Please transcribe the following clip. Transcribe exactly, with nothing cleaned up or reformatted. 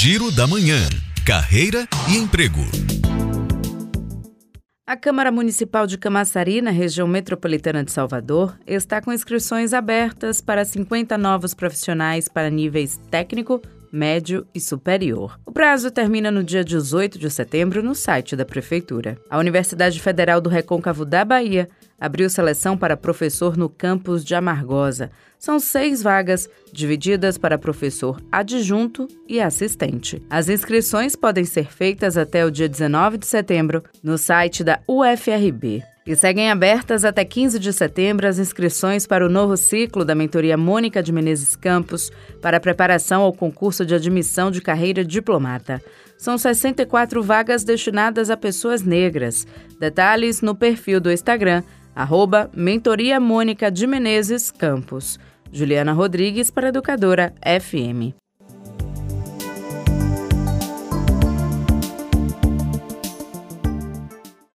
Giro da Manhã. Carreira e emprego. A Câmara Municipal de Camaçari, na região metropolitana de Salvador, está com inscrições abertas para cinquenta novos profissionais para níveis técnico, médio e superior. O prazo termina no dia dezoito de setembro no site da Prefeitura. A Universidade Federal do Recôncavo da Bahia abriu seleção para professor no campus de Amargosa. São seis vagas, divididas para professor adjunto e assistente. As inscrições podem ser feitas até o dia dezenove de setembro no site da U F R B. E seguem abertas até quinze de setembro as inscrições para o novo ciclo da mentoria Mônica de Menezes Campos para a preparação ao concurso de admissão de carreira diplomata. São sessenta e quatro vagas destinadas a pessoas negras. Detalhes no perfil do Instagram, arroba Mentoria Mônica de Menezes Campos. Juliana Rodrigues para Educadora F M.